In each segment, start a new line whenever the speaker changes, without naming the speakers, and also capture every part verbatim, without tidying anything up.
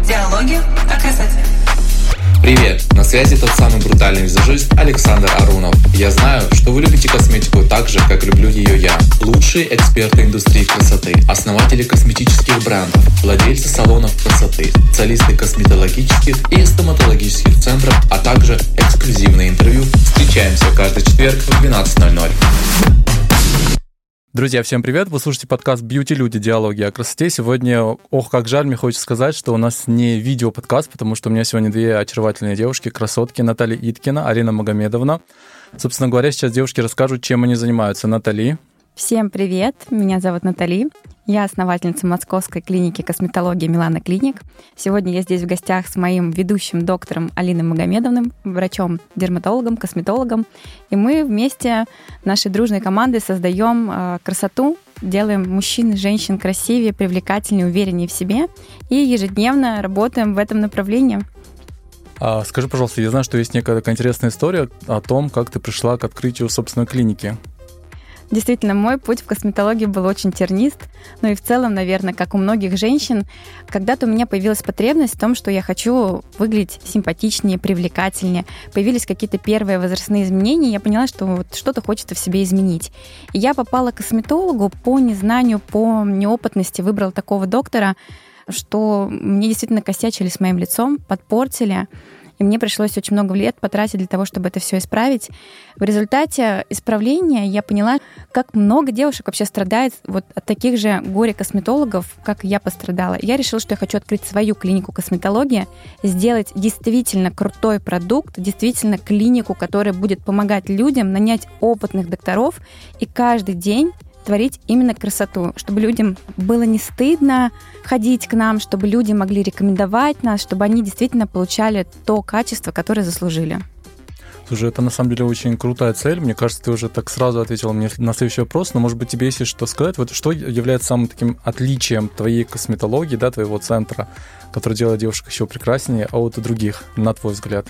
Диалоги о красоте.
Привет! На связи тот самый брутальный визажист Александр Арунов. Я знаю, что вы любите косметику так же, как люблю ее я. Лучшие эксперты индустрии красоты, основатели косметических брендов, владельцы салонов красоты, специалисты косметологических и стоматологических центров, а также эксклюзивные интервью. Встречаемся каждый четверг в двенадцать ноль ноль.
Друзья, всем привет! Вы слушаете подкаст «Бьюти-люди. Диалоги о красоте». Сегодня, ох, как жаль, мне хочется сказать, что у нас не видео-подкаст, потому что у меня сегодня две очаровательные девушки, красотки, Наталья Иткина, Алина Магомедовна. Собственно говоря, сейчас девушки расскажут, чем они занимаются. Наталья.
Всем привет! Меня зовут Наталья. Я основательница Московской клиники косметологии Милана Клиник. Сегодня я здесь в гостях с моим ведущим доктором Алиной Магомедовной, врачом-дерматологом, косметологом. И мы вместе, нашей дружной командой, создаем э, красоту, делаем мужчин и женщин красивее, привлекательнее, увереннее в себе. И ежедневно работаем в этом направлении.
А, скажи, пожалуйста, я знаю, что есть некая такая интересная история о том, как ты пришла к открытию собственной клиники.
Действительно, мой путь в косметологии был очень тернист, но и в целом, наверное, как у многих женщин, когда-то у меня появилась потребность в том, что я хочу выглядеть симпатичнее, привлекательнее. Появились какие-то первые возрастные изменения, и я поняла, что вот что-то хочется в себе изменить. И я попала к косметологу по незнанию, по неопытности, выбрала такого доктора, что мне действительно косячили с моим лицом, подпортили. И мне пришлось очень много лет потратить для того, чтобы это все исправить. В результате исправления я поняла, как много девушек вообще страдает вот от таких же горе-косметологов, как я пострадала. Я решила, что я хочу открыть свою клинику косметологии, сделать действительно крутой продукт, действительно клинику, которая будет помогать людям, нанять опытных докторов и каждый день творить именно красоту, чтобы людям было не стыдно ходить к нам, чтобы люди могли рекомендовать нас, чтобы они действительно получали то качество, которое заслужили.
Слушай, это на самом деле очень крутая цель. Мне кажется, ты уже так сразу ответила мне на следующий вопрос, но, может быть, тебе есть что сказать? Вот что является самым таким отличием твоей косметологии, да, твоего центра, который делает девушек еще прекраснее, от других, на твой взгляд?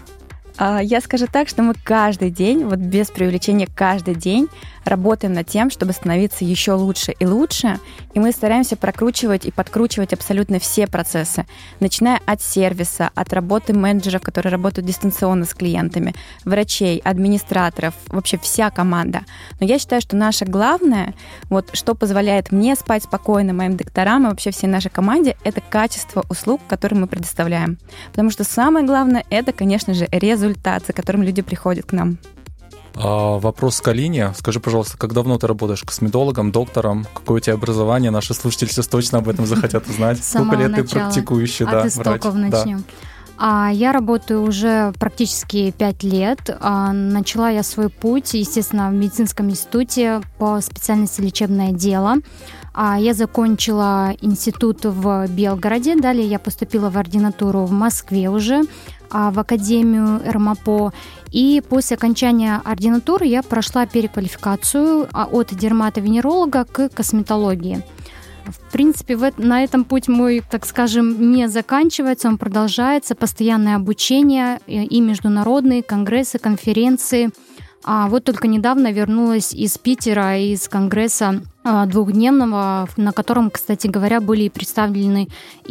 Я скажу так, что мы каждый день, вот без преувеличения каждый день, работаем над тем, чтобы становиться еще лучше и лучше, и мы стараемся прокручивать и подкручивать абсолютно все процессы, начиная от сервиса, от работы менеджеров, которые работают дистанционно с клиентами, врачей, администраторов, вообще вся команда. Но я считаю, что наше главное, вот что позволяет мне спать спокойно, моим докторам и вообще всей нашей команде, это качество услуг, которые мы предоставляем. Потому что самое главное, это, конечно же, результат, за которым люди приходят к нам.
А, вопрос к Алине. Скажи, пожалуйста, как давно ты работаешь косметологом, доктором? Какое у тебя образование? Наши слушатели сейчас точно об этом захотят узнать. Сколько лет ты практикующий, да, врач? От истоков начнем.
Да. Я работаю уже практически пять лет. Начала я свой путь, естественно, в медицинском институте по специальности лечебное дело. Я закончила институт в Белгороде, далее я поступила в ординатуру в Москве уже, в Академию РМАПО. И после окончания ординатуры я прошла переквалификацию от дерматовенеролога к косметологии. В принципе, в, на этом путь мой, так скажем, не заканчивается, он продолжается, постоянное обучение и международные конгрессы, конференции. А вот только недавно вернулась из Питера, из конгресса двухдневного, на котором, кстати говоря, были представлены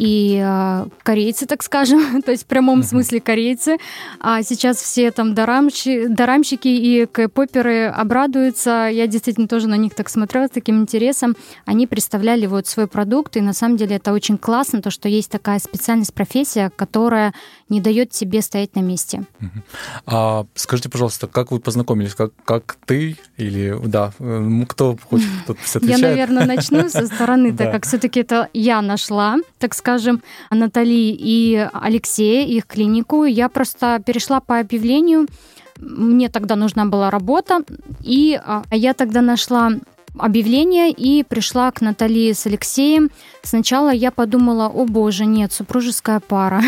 и корейцы, так скажем, то есть в прямом смысле корейцы. А сейчас все там дорамщи, дорамщики и кей-поперы обрадуются. Я действительно тоже на них так смотрела с таким интересом. Они представляли вот свой продукт, и на самом деле это очень классно, то, что есть такая специальность, профессия, которая не дает тебе стоять на месте.
А скажите, пожалуйста, как вы познакомились? Как, как ты или, да, кто хочет тут отвечает?
Я, наверное, начну со стороны, так как все-таки это я нашла, так скажем, Натали и Алексея, их клинику. Я просто перешла по объявлению. Мне тогда нужна была работа, и я тогда нашла объявление и пришла к Наталье с Алексеем. Сначала я подумала, о боже, нет, супружеская пара.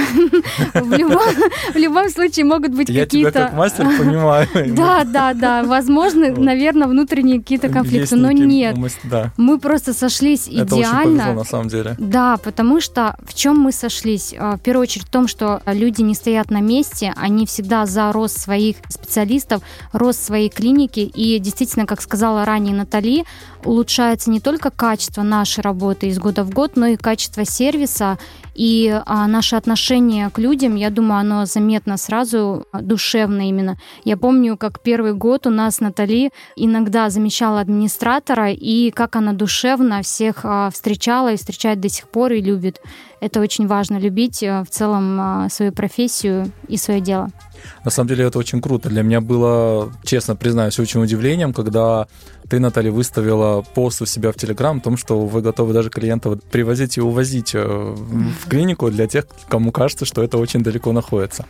В любом случае могут быть какие-то...
Я тебя как мастер понимаю.
Да, да, да. Возможно, наверное, внутренние какие-то конфликты, но нет. Мы просто сошлись идеально. Это очень повезло, на самом деле. Да, потому что в чем мы сошлись? В первую очередь в том, что люди не стоят на месте, они всегда за рост своих специалистов, рост своей клиники. И действительно, как сказала ранее Натали, улучшается не только качество нашей работы из года в год, но и качество сервиса И а, наше отношение к людям, я думаю, оно заметно сразу, душевно именно. Я помню, как первый год у нас Натали иногда замещала администратора, и как она душевно всех а, встречала и встречает до сих пор и любит. Это очень важно, любить в целом а, свою профессию и свое дело.
На самом деле это очень круто. Для меня было, честно признаюсь, очень удивлением, когда ты, Наталья, выставила пост у себя в Телеграм о том, что вы готовы даже клиентов привозить и увозить в клинику для тех, кому кажется, что это очень далеко находится.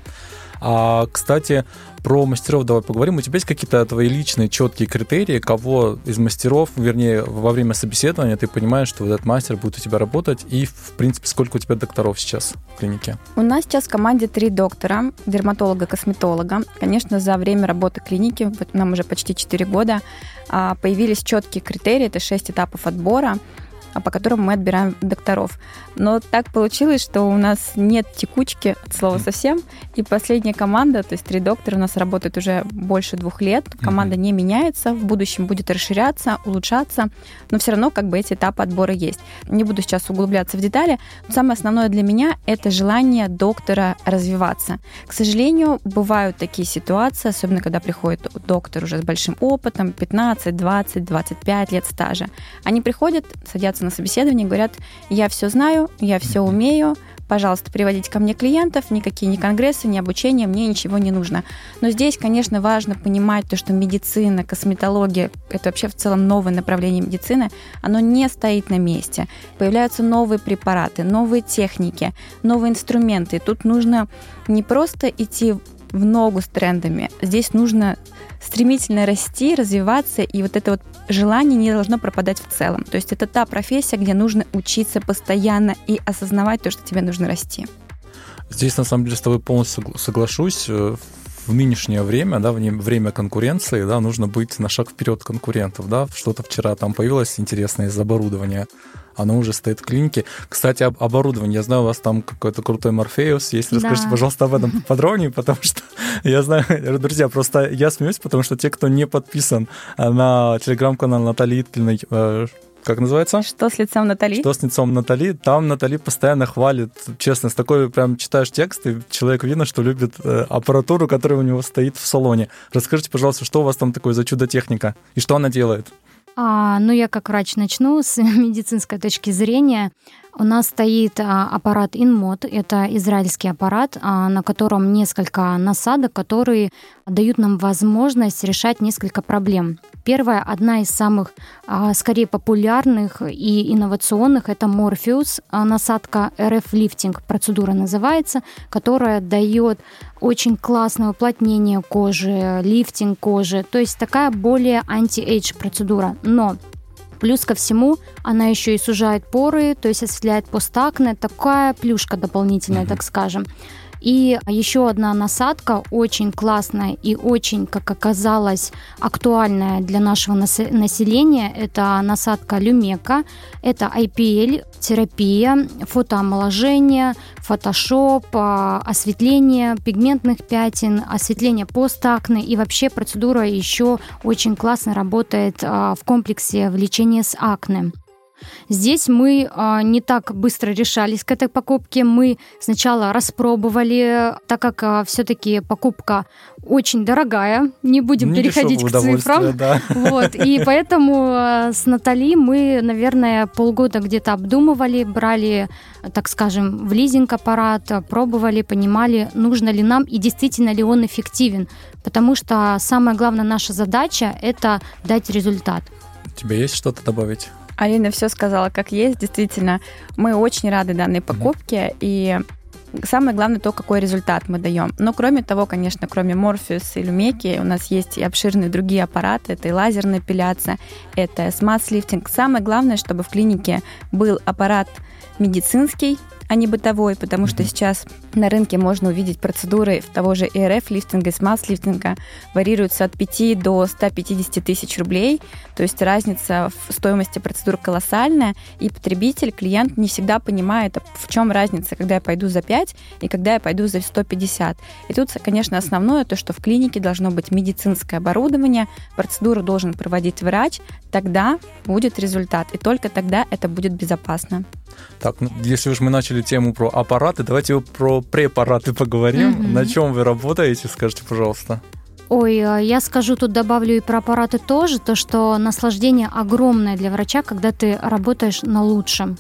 А, кстати, про мастеров давай поговорим. У тебя есть какие-то твои личные четкие критерии, кого из мастеров, вернее, во время собеседования ты понимаешь, что вот этот мастер будет у тебя работать, и, в принципе, сколько у тебя докторов сейчас в клинике?
У нас сейчас в команде три доктора, дерматолога, косметолога. Конечно, за время работы клиники, вот нам уже почти четыре года, появились четкие критерии, это шесть этапов отбора, по которым мы отбираем докторов. Но так получилось, что у нас нет текучки, от слова совсем, и последняя команда, то есть три доктора, у нас работает уже больше двух лет, команда не меняется, в будущем будет расширяться, улучшаться, но все равно как бы эти этапы отбора есть. Не буду сейчас углубляться в детали, но самое основное для меня — это желание доктора развиваться. К сожалению, бывают такие ситуации, особенно когда приходит доктор уже с большим опытом, пятнадцать, двадцать, двадцать пять лет стажа. Они приходят, садятся на собеседование, говорят: я все знаю, я все умею, пожалуйста, приводите ко мне клиентов, никакие ни конгрессы, ни обучения, мне ничего не нужно. Но здесь, конечно, важно понимать то, что медицина, косметология, это вообще в целом новое направление медицины, оно не стоит на месте. Появляются новые препараты, новые техники, новые инструменты. И тут нужно не просто идти в ногу с трендами, здесь нужно стремительно расти, развиваться, и вот это вот желание не должно пропадать в целом. То есть это та профессия, где нужно учиться постоянно и осознавать то, что тебе нужно расти.
Здесь, на самом деле, с тобой полностью соглашусь. В нынешнее время, да, время конкуренции, да, нужно быть на шаг вперед конкурентов. Да. Что-то вчера там появилось интересное из оборудования, оно уже стоит в клинике. Кстати, об оборудовании. Я знаю, у вас там какой-то крутой Морфеус есть. Расскажите, да, пожалуйста, об этом подробнее, потому что я знаю, друзья, просто я смеюсь, потому что те, кто не подписан на телеграм-канал Натальи Иткиной, как называется?
«Что с лицом Натали?»
«Что с лицом Натали?» Там Натали постоянно хвалит, честно, с такой прям читаешь текст, и человек видно, что любит аппаратуру, которая у него стоит в салоне. Расскажите, пожалуйста, что у вас там такое за чудо-техника и что она делает?
А, ну, я как врач начну с медицинской точки зрения. У нас стоит а, аппарат InMod, это израильский аппарат, а, на котором несколько насадок, которые дают нам возможность решать несколько проблем. Первая, одна из самых, а, скорее, популярных и инновационных, это Morpheus, а, насадка эр эф-лифтинг, процедура называется, которая дает очень классное уплотнение кожи, лифтинг кожи, то есть такая более анти-эйдж процедура. Но плюс ко всему, она еще и сужает поры, то есть осветляет постакне, такая плюшка дополнительная, mm-hmm. так скажем. И еще одна насадка очень классная и очень, как оказалось, актуальная для нашего населения. Это насадка Люмека, это ай пи эл-терапия, фотоомоложение, фотошоп, осветление пигментных пятен, осветление постакне. И вообще процедура еще очень классно работает в комплексе в лечении с акне. Здесь мы а, не так быстро решались к этой покупке. Мы сначала распробовали, так как а, все-таки покупка очень дорогая, не будем не переходить к цифрам. Да. Вот, и поэтому а, с Натали мы, наверное, полгода где-то обдумывали, брали, так скажем, в лизинг аппарат, пробовали, понимали, нужно ли нам и действительно ли он эффективен. Потому что самая главная наша задача – это дать результат.
У тебя есть что-то добавить?
Алина все сказала как есть. Действительно, мы очень рады данной покупке, mm-hmm. и самое главное то, какой результат мы даем. Но кроме того, конечно, кроме Morpheus и Люмеки, у нас есть и обширные другие аппараты. Это и лазерная эпиляция, это смаз-лифтинг. Самое главное, чтобы в клинике был аппарат медицинский, а не бытовой, потому что сейчас на рынке можно увидеть процедуры того же и эр эф-лифтинга и смаз-лифтинга варьируются от пяти до ста пятидесяти тысяч рублей, то есть разница в стоимости процедур колоссальная, и потребитель, клиент не всегда понимает, в чем разница, когда я пойду за пять и когда я пойду за сто пятьдесят. И тут, конечно, основное то, что в клинике должно быть медицинское оборудование, процедуру должен проводить врач, тогда будет результат, и только тогда это будет безопасно.
Так, ну, если уж мы начали тему про аппараты, давайте про препараты поговорим. Mm-hmm. На чем вы работаете, скажите, пожалуйста.
Ой, я скажу, тут добавлю и про аппараты тоже, то, что наслаждение огромное для врача, когда ты работаешь на лучшем.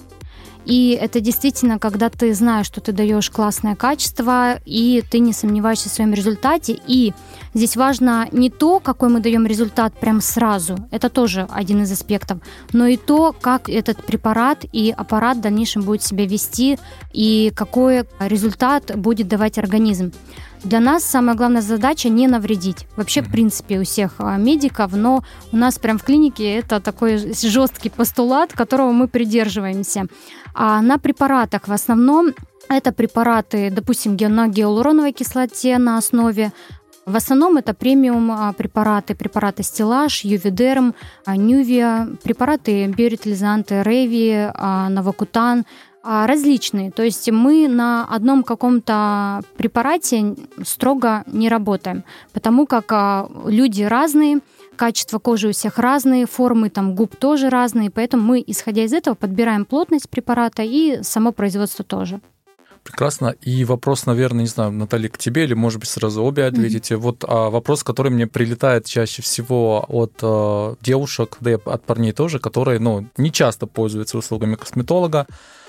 И это действительно, когда ты знаешь, что ты даешь классное качество, и ты не сомневаешься в своем результате. И здесь важно не то, какой мы даем результат прям сразу, это тоже один из аспектов, но и то, как этот препарат и аппарат в дальнейшем будет себя вести, и какой результат будет давать организм. Для нас самая главная задача не навредить. Вообще, в принципе, у всех медиков, но у нас прям в клинике это такой жесткий постулат, которого мы придерживаемся. А на препаратах в основном это препараты, допустим, на гиалуроновой кислоте на основе. В основном это премиум препараты, препараты Стеллаж, Ювидерм, Нювия, препараты биоритилизанты, Реви, Новокутан, различные. То есть мы на одном каком-то препарате строго не работаем, потому как люди разные, качество кожи у всех разные, формы там губ тоже разные, поэтому мы, исходя из этого, подбираем плотность препарата и само производство тоже.
Прекрасно. И вопрос, наверное, не знаю, Наталья, к тебе, или, может быть, сразу обе ответите. Mm-hmm. Вот а, вопрос, который мне прилетает чаще всего от а, девушек, да и от парней тоже, которые, ну, не часто пользуются услугами косметолога.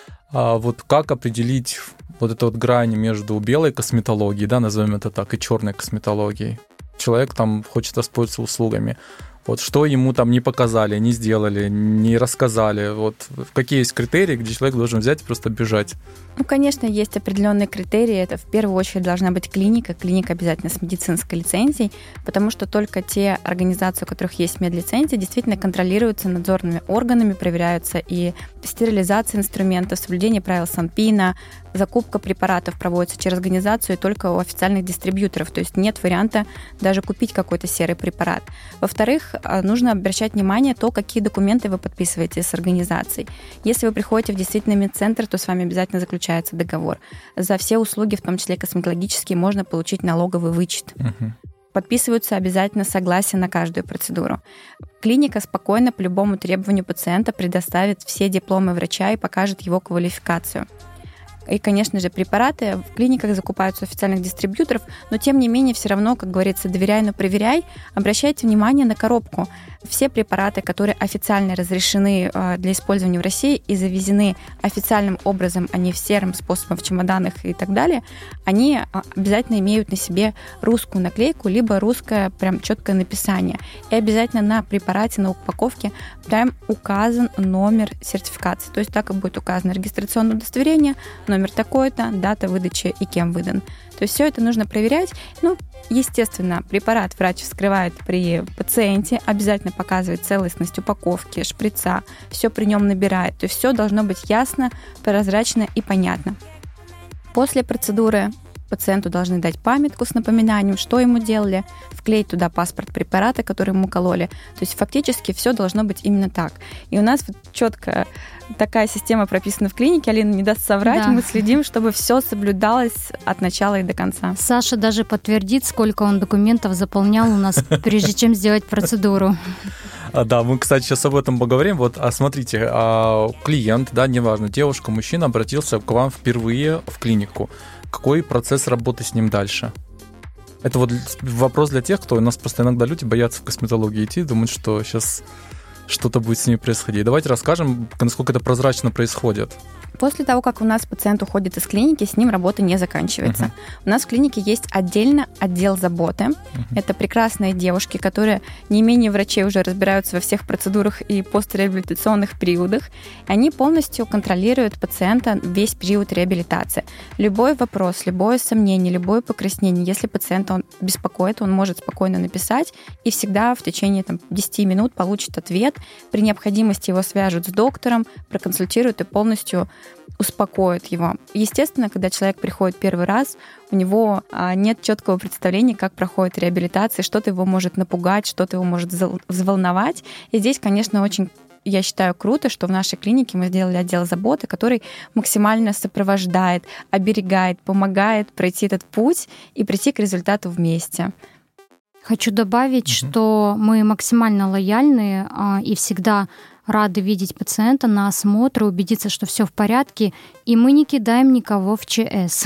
А вот как определить вот эту вот грань между белой косметологией, да, назовем это так, и черной косметологией? Человек там хочет воспользоваться услугами. Вот что ему там не показали, не сделали, не рассказали. Вот какие есть критерии, где человек должен взять и просто бежать?
Ну, конечно, есть определенные критерии. Это в первую очередь должна быть клиника. Клиника обязательно с медицинской лицензией, потому что только те организации, у которых есть медлицензия, действительно контролируются надзорными органами, проверяются и стерилизация инструментов, соблюдение правил Санпина, закупка препаратов проводится через организацию только у официальных дистрибьюторов, то есть нет варианта даже купить какой-то серый препарат. Во-вторых, нужно обращать внимание на то, какие документы вы подписываете с организацией. Если вы приходите в действительно медцентр, то с вами обязательно заключается договор. За все услуги, в том числе косметологические, можно получить налоговый вычет. Uh-huh. Подписываются обязательно согласие на каждую процедуру. Клиника спокойно по любому требованию пациента предоставит все дипломы врача и покажет его квалификацию. И, конечно же, препараты в клиниках закупаются у официальных дистрибьюторов, но, тем не менее, все равно, как говорится, доверяй, но проверяй. Обращайте внимание на коробку. Все препараты, которые официально разрешены для использования в России и завезены официальным образом, а не в серым способом в чемоданах и так далее, они обязательно имеют на себе русскую наклейку, либо русское прям четкое написание. И обязательно на препарате, на упаковке прям указан номер сертификации. То есть так и будет указано регистрационное удостоверение, номер такой-то, дата выдачи и кем выдан. То есть все это нужно проверять. Ну, естественно, препарат врач вскрывает при пациенте, обязательно показывает целостность упаковки, шприца, все при нем набирает. То есть все должно быть ясно, прозрачно и понятно. После процедуры пациенту должны дать памятку с напоминанием, что ему делали, вклеить туда паспорт препарата, который ему кололи. То есть фактически все должно быть именно так. И у нас вот четко такая система прописана в клинике. Алина не даст соврать. Да. Мы следим, чтобы все соблюдалось от начала и до конца.
Саша даже подтвердит, сколько он документов заполнял у нас, прежде чем сделать процедуру.
Да, мы, кстати, сейчас об этом поговорим. Вот, а смотрите, клиент, да, неважно, девушка, мужчина обратился к вам впервые в клинику. Какой процесс работы с ним дальше? Это вот вопрос для тех, кто у нас просто иногда люди боятся в косметологию идти, думают, что сейчас что-то будет с ними происходить. Давайте расскажем, насколько это прозрачно происходит.
После того, как у нас пациент уходит из клиники, с ним работа не заканчивается. Uh-huh. У нас в клинике есть отдельно отдел заботы. Uh-huh. Это прекрасные девушки, которые не менее врачей уже разбираются во всех процедурах и постреабилитационных периодах. Они полностью контролируют пациента весь период реабилитации. Любой вопрос, любое сомнение, любое покраснение, если пациента он беспокоит, он может спокойно написать и всегда в течение там, десять минут получит ответ. При необходимости его свяжут с доктором, проконсультируют и полностью успокоит его. Естественно, когда человек приходит первый раз, у него нет четкого представления, как проходит реабилитация, что-то его может напугать, что-то его может взволновать. И здесь, конечно, очень, я считаю, круто, что в нашей клинике мы сделали отдел заботы, который максимально сопровождает, оберегает, помогает пройти этот путь и прийти к результату вместе.
Хочу добавить, угу. что мы максимально лояльны а, и всегда рады видеть пациента на осмотре, убедиться, что все в порядке, и мы не кидаем никого в ЧС.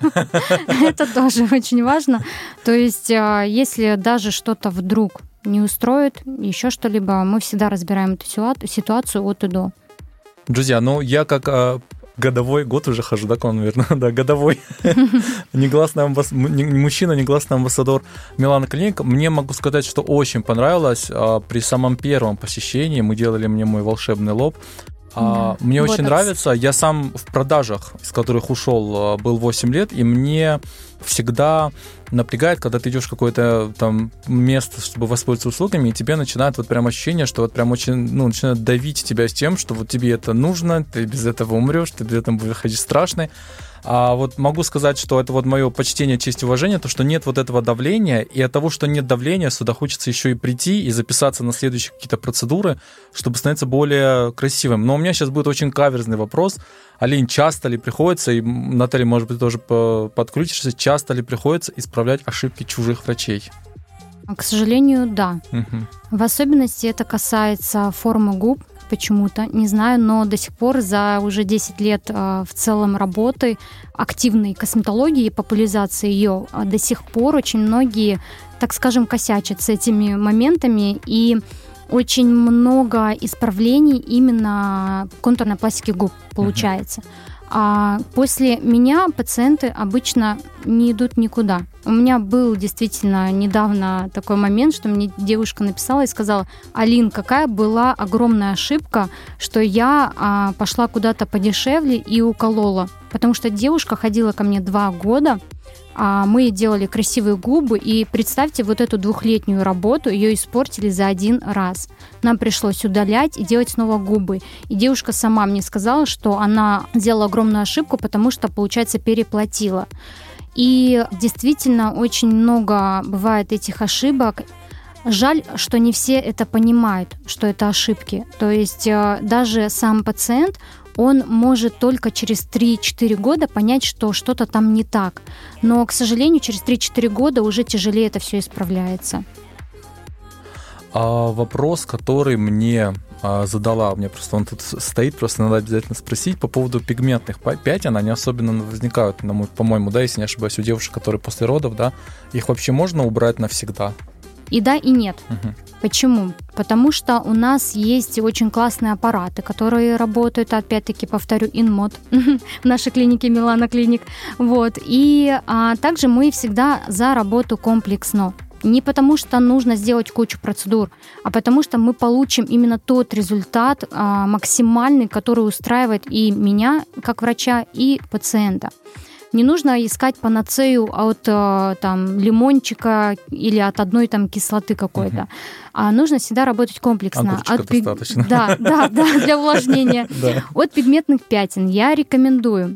Это тоже очень важно. То есть, если даже что-то вдруг не устроит, еще что-либо, мы всегда разбираем эту ситуацию от и до.
Друзья, ну я как годовой, год уже хожу, да, к вам, наверное, да, годовой негласный амбас... мужчина, негласный амбассадор Милана Клиник. Мне могу сказать, что очень понравилось. При самом первом посещении мы делали мне мой волшебный лоб. Да. Мне вот очень это... нравится. Я сам в продажах, из которых ушел, был восемь лет, и мне всегда напрягает, когда ты идешь в какое-то там место, чтобы воспользоваться услугами, и тебе начинает вот прям ощущение, что вот прям очень, ну, начинает давить тебя с тем, что вот тебе это нужно, ты без этого умрешь, ты без этого будешь ходить страшный. А вот могу сказать, что это вот мое почтение, честь и уважение, то, что нет вот этого давления, и от того, что нет давления, сюда хочется еще и прийти и записаться на следующие какие-то процедуры, чтобы становиться более красивым. Но у меня сейчас будет очень каверзный вопрос. Алин, часто ли приходится, и Наталья, может быть, тоже подключишься, часто ли приходится исправлять ошибки чужих врачей?
К сожалению, да.
Угу.
В особенности это касается формы губ, почему-то, не знаю, но до сих пор за уже десять лет э, в целом работы активной косметологии и популяризации ее э, до сих пор очень многие, так скажем, косячат с этими моментами, и очень много исправлений именно контурной пластики губ получается. Uh-huh. А после меня пациенты обычно не идут никуда. У меня был действительно недавно такой момент, что мне девушка написала и сказала: Алин, какая была огромная ошибка, что я а, пошла куда-то подешевле и уколола. Потому что девушка ходила ко мне два года, а мы делали красивые губы, и представьте, вот эту двухлетнюю работу ее испортили за один раз. Нам пришлось удалять и делать снова губы. И девушка сама мне сказала, что она сделала огромную ошибку, потому что, получается, переплатила. И действительно очень много бывает этих ошибок. Жаль, что не все это понимают, что это ошибки. То есть даже сам пациент, он может только через три-четыре года понять, что что-то там не так. Но, к сожалению, через три-четыре года уже тяжелее это все исправляется.
А вопрос, который мне а, задала, у меня просто он тут стоит, просто надо обязательно спросить по поводу пигментных пятен. Они особенно возникают, на мой, по-моему, да, если не ошибаюсь, у девушек, которые после родов, да, их вообще можно убрать навсегда?
И да, и нет.
Угу.
Почему? Потому что у нас есть очень классные аппараты, которые работают, опять-таки, повторю, InMod в нашей клинике Милана Клиник. Вот. И а, также мы всегда за работу комплексно. Не потому что нужно сделать кучу процедур, а потому что мы получим именно тот результат а, максимальный, который устраивает и меня, как врача, и пациента. Не нужно искать панацею от там, лимончика или от одной там, кислоты какой-то. Угу. А нужно всегда работать комплексно.
Огурчика
от пиг...
достаточно.
Да, да, да, для увлажнения. От пигментных пятен я рекомендую.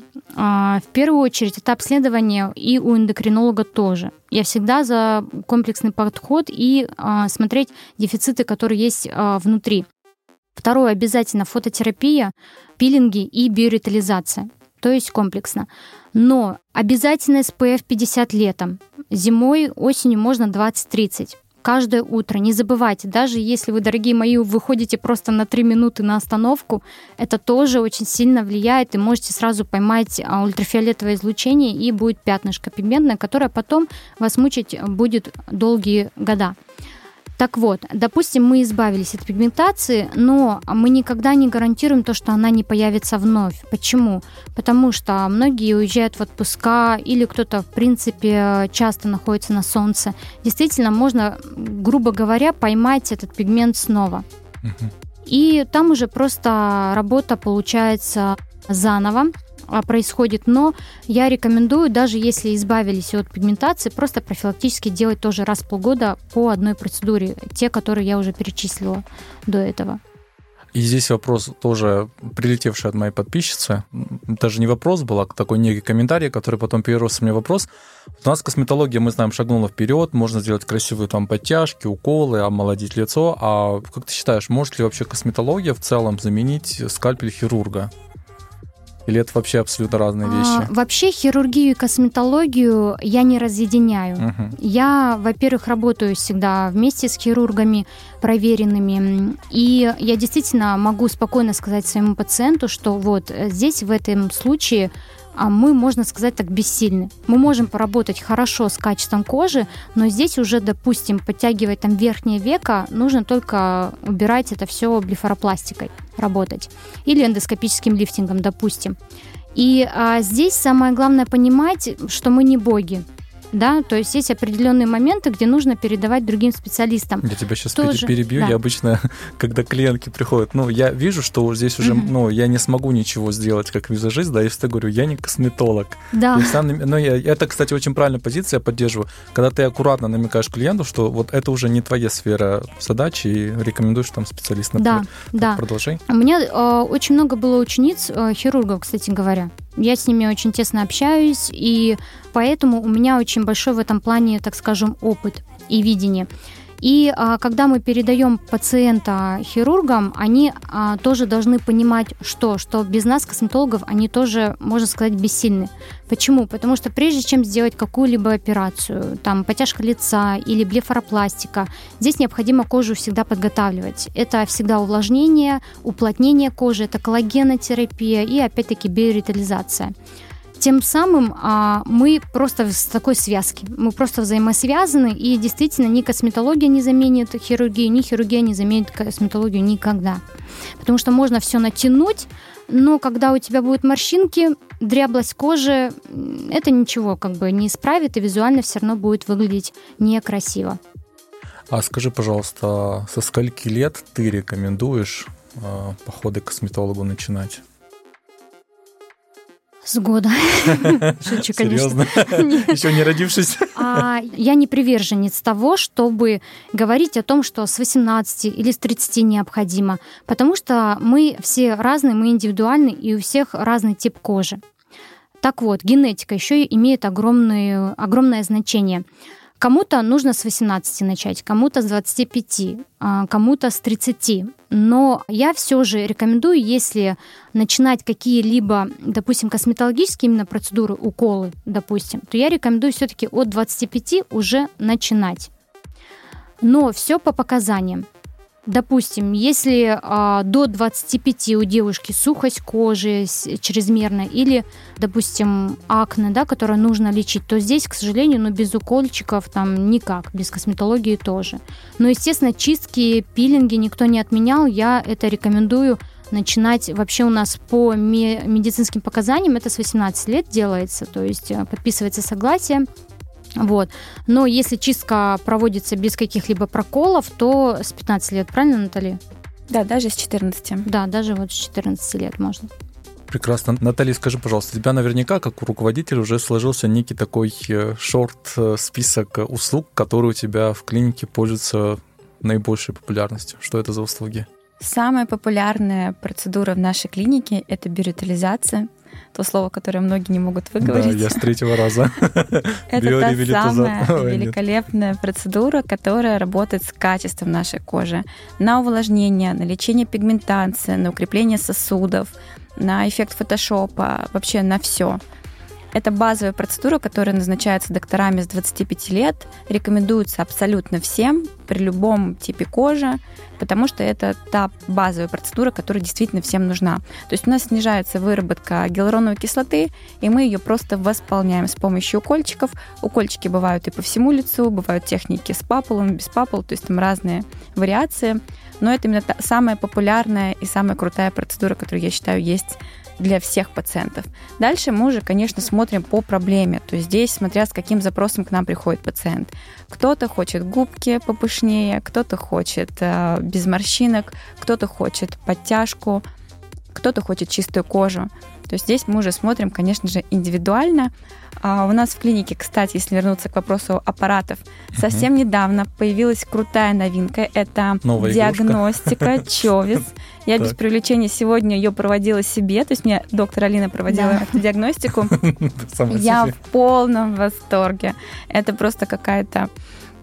В первую очередь это обследование и у эндокринолога тоже. Я всегда за комплексный подход и смотреть дефициты, которые есть внутри. Второе, обязательно фототерапия, пилинги и биоревитализация. То есть комплексно. Но обязательно эс пэ эф пятьдесят летом. Зимой, осенью можно двадцать-тридцать. Каждое утро. Не забывайте, даже если вы, дорогие мои, выходите просто на три минуты на остановку, это тоже очень сильно влияет, и можете сразу поймать ультрафиолетовое излучение, и будет пятнышко пигментное, которое потом вас мучить будет долгие года. Так вот, допустим, мы избавились от пигментации, но мы никогда не гарантируем то, что она не появится вновь. Почему? Потому что многие уезжают в отпуска, или кто-то, в принципе, часто находится на солнце. Действительно, можно, грубо говоря, поймать этот пигмент снова. Uh-huh. И там уже просто работа получается заново происходит, но я рекомендую, даже если избавились от пигментации, просто профилактически делать тоже раз в полгода по одной процедуре, те, которые я уже перечислила до этого.
И здесь вопрос тоже прилетевший от моей подписчицы. Даже не вопрос был, а такой некий комментарий, который потом перерос в меня вопрос. У нас косметология, мы знаем, шагнула вперед, можно сделать красивые там подтяжки, уколы, омолодить лицо. А как ты считаешь, может ли вообще косметология в целом заменить скальпель хирурга? Или это вообще абсолютно разные вещи?
А, вообще хирургию и косметологию я не разъединяю. Uh-huh. Я, во-первых, работаю всегда вместе с хирургами проверенными, и я действительно могу спокойно сказать своему пациенту, что вот здесь в этом случае а мы, можно сказать так, бессильны. Мы можем поработать хорошо с качеством кожи, но здесь уже, допустим, подтягивать там верхнее веко, нужно только убирать это все блефаропластикой, работать. Или эндоскопическим лифтингом, допустим. И а, здесь самое главное понимать, что мы не боги. Да, то есть есть определенные моменты, где нужно передавать другим специалистам.
Я тебя сейчас
Тоже,
перебью. Да. Я обычно, когда клиентки приходят, ну, я вижу, что здесь уже, mm-hmm. ну, я не смогу ничего сделать как визажист, да, я всегда говорю, я не косметолог.
Да.
Есть, ну, я, это, кстати, очень правильная позиция, я поддерживаю. Когда ты аккуратно намекаешь клиенту, что вот это уже не твоя сфера задачи, и рекомендуешь там специалиста.
Да,
так,
да.
Продолжай.
У меня э, очень много было учениц, э, хирургов, кстати говоря. Я с ними очень тесно общаюсь, и поэтому у меня очень большой в этом плане, так скажем, опыт и видение. И а, когда мы передаем пациента хирургам, они а, тоже должны понимать, что, что без нас, косметологов, они тоже, можно сказать, бессильны. Почему? Потому что прежде чем сделать какую-либо операцию, там, потяжка лица или блефаропластика, здесь необходимо кожу всегда подготавливать. Это всегда увлажнение, уплотнение кожи, это коллагенотерапия и, опять-таки, биоревитализация. Тем самым а, мы просто в такой связке, мы просто взаимосвязаны, и действительно ни косметология не заменит хирургию, ни хирургия не заменит косметологию никогда. Потому что можно все натянуть, но когда у тебя будут морщинки, дряблость кожи, это ничего как бы не исправит, и визуально все равно будет выглядеть некрасиво.
А скажи, пожалуйста, со скольки лет ты рекомендуешь а, походы к косметологу начинать?
С года. Шучу, конечно.
Серьезно? Еще не родившись?
А, я не приверженец того, чтобы говорить о том, что с восемнадцати или с тридцати необходимо, потому что мы все разные, мы индивидуальны, и у всех разный тип кожи. Так вот, генетика еще имеет огромное, огромное значение. Кому-то нужно с восемнадцати начать, кому-то с двадцати пяти, кому-то с тридцати. Но я все же рекомендую, если начинать какие-либо, допустим, косметологические именно процедуры, уколы, допустим, то я рекомендую все-таки от двадцати пяти уже начинать. Но все по показаниям. Допустим, если а, до двадцати пяти у девушки сухость кожи чрезмерная или, допустим, акне, да, которое нужно лечить, то здесь, к сожалению, ну, без укольчиков там никак, без косметологии тоже. Но, естественно, чистки, пилинги никто не отменял, я это рекомендую начинать вообще у нас по медицинским показаниям, это с восемнадцати лет делается, то есть подписывается согласие. Вот. Но если чистка проводится без каких-либо проколов, то с пятнадцати лет, правильно, Наталья?
Да, даже с четырнадцати.
Да, даже вот с четырнадцати лет можно.
Прекрасно. Наталья, скажи, пожалуйста, у тебя наверняка, как у руководителя, уже сложился некий такой шорт-список услуг, которые у тебя в клинике пользуются наибольшей популярностью. Что это за услуги?
Самая популярная процедура в нашей клинике – это биоревитализация. То слово, которое многие не могут выговорить.
Да, я с третьего раза.
Это та самая великолепная процедура, которая работает с качеством нашей кожи. На увлажнение, на лечение пигментации, на укрепление сосудов, на эффект фотошопа, вообще на все. Это базовая процедура, которая назначается докторами с двадцати пяти лет, рекомендуется абсолютно всем при любом типе кожи, потому что это та базовая процедура, которая действительно всем нужна. То есть у нас снижается выработка гиалуроновой кислоты, и мы ее просто восполняем с помощью укольчиков. Укольчики бывают и по всему лицу, бывают техники с папулом, без папул, то есть там разные вариации. Но это именно та самая популярная и самая крутая процедура, которую, я считаю, есть для всех пациентов. Дальше мы уже, конечно, смотрим по проблеме. То есть здесь, смотря с каким запросом к нам приходит пациент. Кто-то хочет губки попышнее, кто-то хочет э, без морщинок, кто-то хочет подтяжку, кто-то хочет чистую кожу. То есть здесь мы уже смотрим, конечно же, индивидуально. А у нас в клинике, кстати, если вернуться к вопросу аппаратов, uh-huh. совсем недавно появилась крутая новинка. Это новая диагностика Човис. Я так. без привлечения сегодня ее проводила себе. То есть мне доктор Алина проводила да. эту диагностику. Я в полном восторге. Это просто какая-то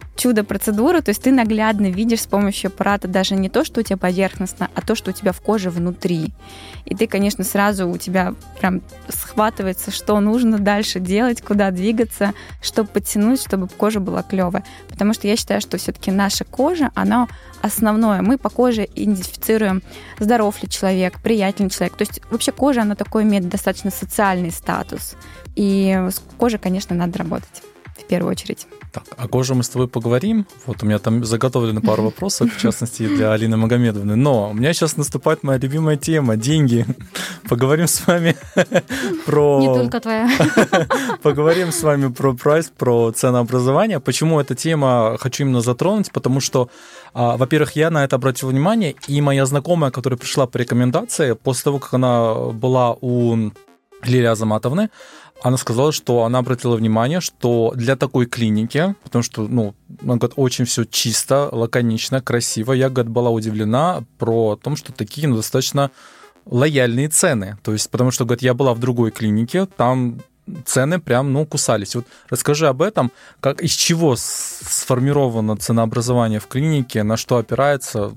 чудо-процедуру, то есть ты наглядно видишь с помощью аппарата даже не то, что у тебя поверхностно, а то, что у тебя в коже внутри. И ты, конечно, сразу у тебя прям схватывается, что нужно дальше делать, куда двигаться, чтобы подтянуть, чтобы кожа была клевая. Потому что я считаю, что все-таки наша кожа, она основное. Мы по коже идентифицируем, здоров ли человек, приятен ли человек. То есть вообще кожа, она такой имеет достаточно социальный статус. И с кожей, конечно, надо работать в первую очередь.
Так, о коже мы с тобой поговорим. Вот у меня там заготовлены пару вопросов, в частности, для Алины Магомедовны. Но у меня сейчас наступает моя любимая тема – деньги. Поговорим с вами про...
Не только твоя.
Поговорим с вами про прайс, про ценообразование. Почему эта тема хочу именно затронуть? Потому что, во-первых, я на это обратил внимание, и моя знакомая, которая пришла по рекомендации, после того, как она была у Лилии Азаматовны, она сказала, что она обратила внимание, что для такой клиники, потому что, ну, она говорит, очень все чисто, лаконично, красиво. Я, говорит, была удивлена про то, что такие, ну, достаточно лояльные цены. То есть, потому что, говорит, я была в другой клинике, там цены прям, ну, кусались. Вот расскажи об этом, как, из чего сформировано ценообразование в клинике, на что опирается.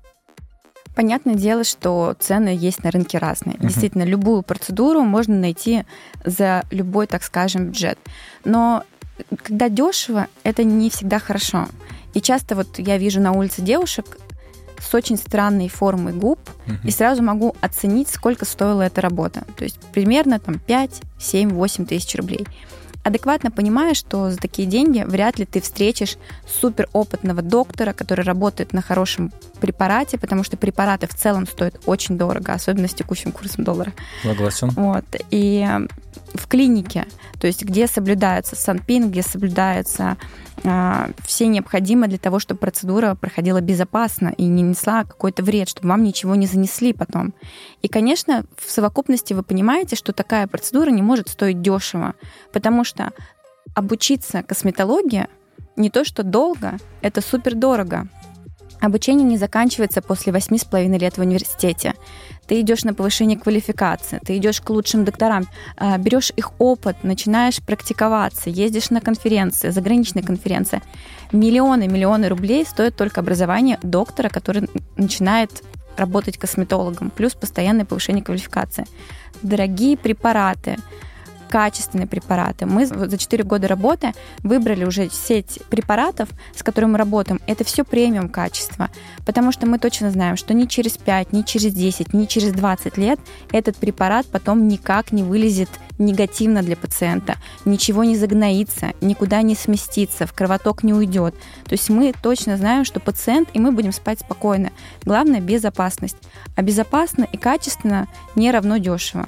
Понятное дело, что цены есть на рынке разные. Uh-huh. Действительно, любую процедуру можно найти за любой, так скажем, бюджет. Но когда дешево, это не всегда хорошо. И часто вот я вижу на улице девушек с очень странной формой губ, uh-huh. и сразу могу оценить, сколько стоила эта работа. То есть примерно там пять, семь, восемь тысяч рублей. Адекватно понимая, что за такие деньги вряд ли ты встретишь суперопытного доктора, который работает на хорошем препарате, потому что препараты в целом стоят очень дорого, особенно с текущим курсом доллара.
Согласен.
Вот. И в клинике, то есть где соблюдается санпин, где соблюдается э, все необходимое для того, чтобы процедура проходила безопасно и не несла какой-то вред, чтобы вам ничего не занесли потом. И, конечно, в совокупности вы понимаете, что такая процедура не может стоить дешево, потому что обучиться косметологии не то что долго, это супердорого. Обучение не заканчивается после восьми с половиной лет в университете. Ты идешь на повышение квалификации, ты идешь к лучшим докторам, берешь их опыт, начинаешь практиковаться, ездишь на конференции, заграничные конференции. Миллионы, миллионы рублей стоит только образование доктора, который начинает работать косметологом, плюс постоянное повышение квалификации. Дорогие препараты, качественные препараты. Мы за четыре года работы выбрали уже сеть препаратов, с которыми мы работаем. Это все премиум качество, потому что мы точно знаем, что ни через пять, ни через десять, ни через двадцать лет этот препарат потом никак не вылезет негативно для пациента, ничего не загноится, никуда не сместится, в кровоток не уйдет. То есть мы точно знаем, что пациент, и мы будем спать спокойно. Главное – безопасность. А безопасно и качественно не равно дешево.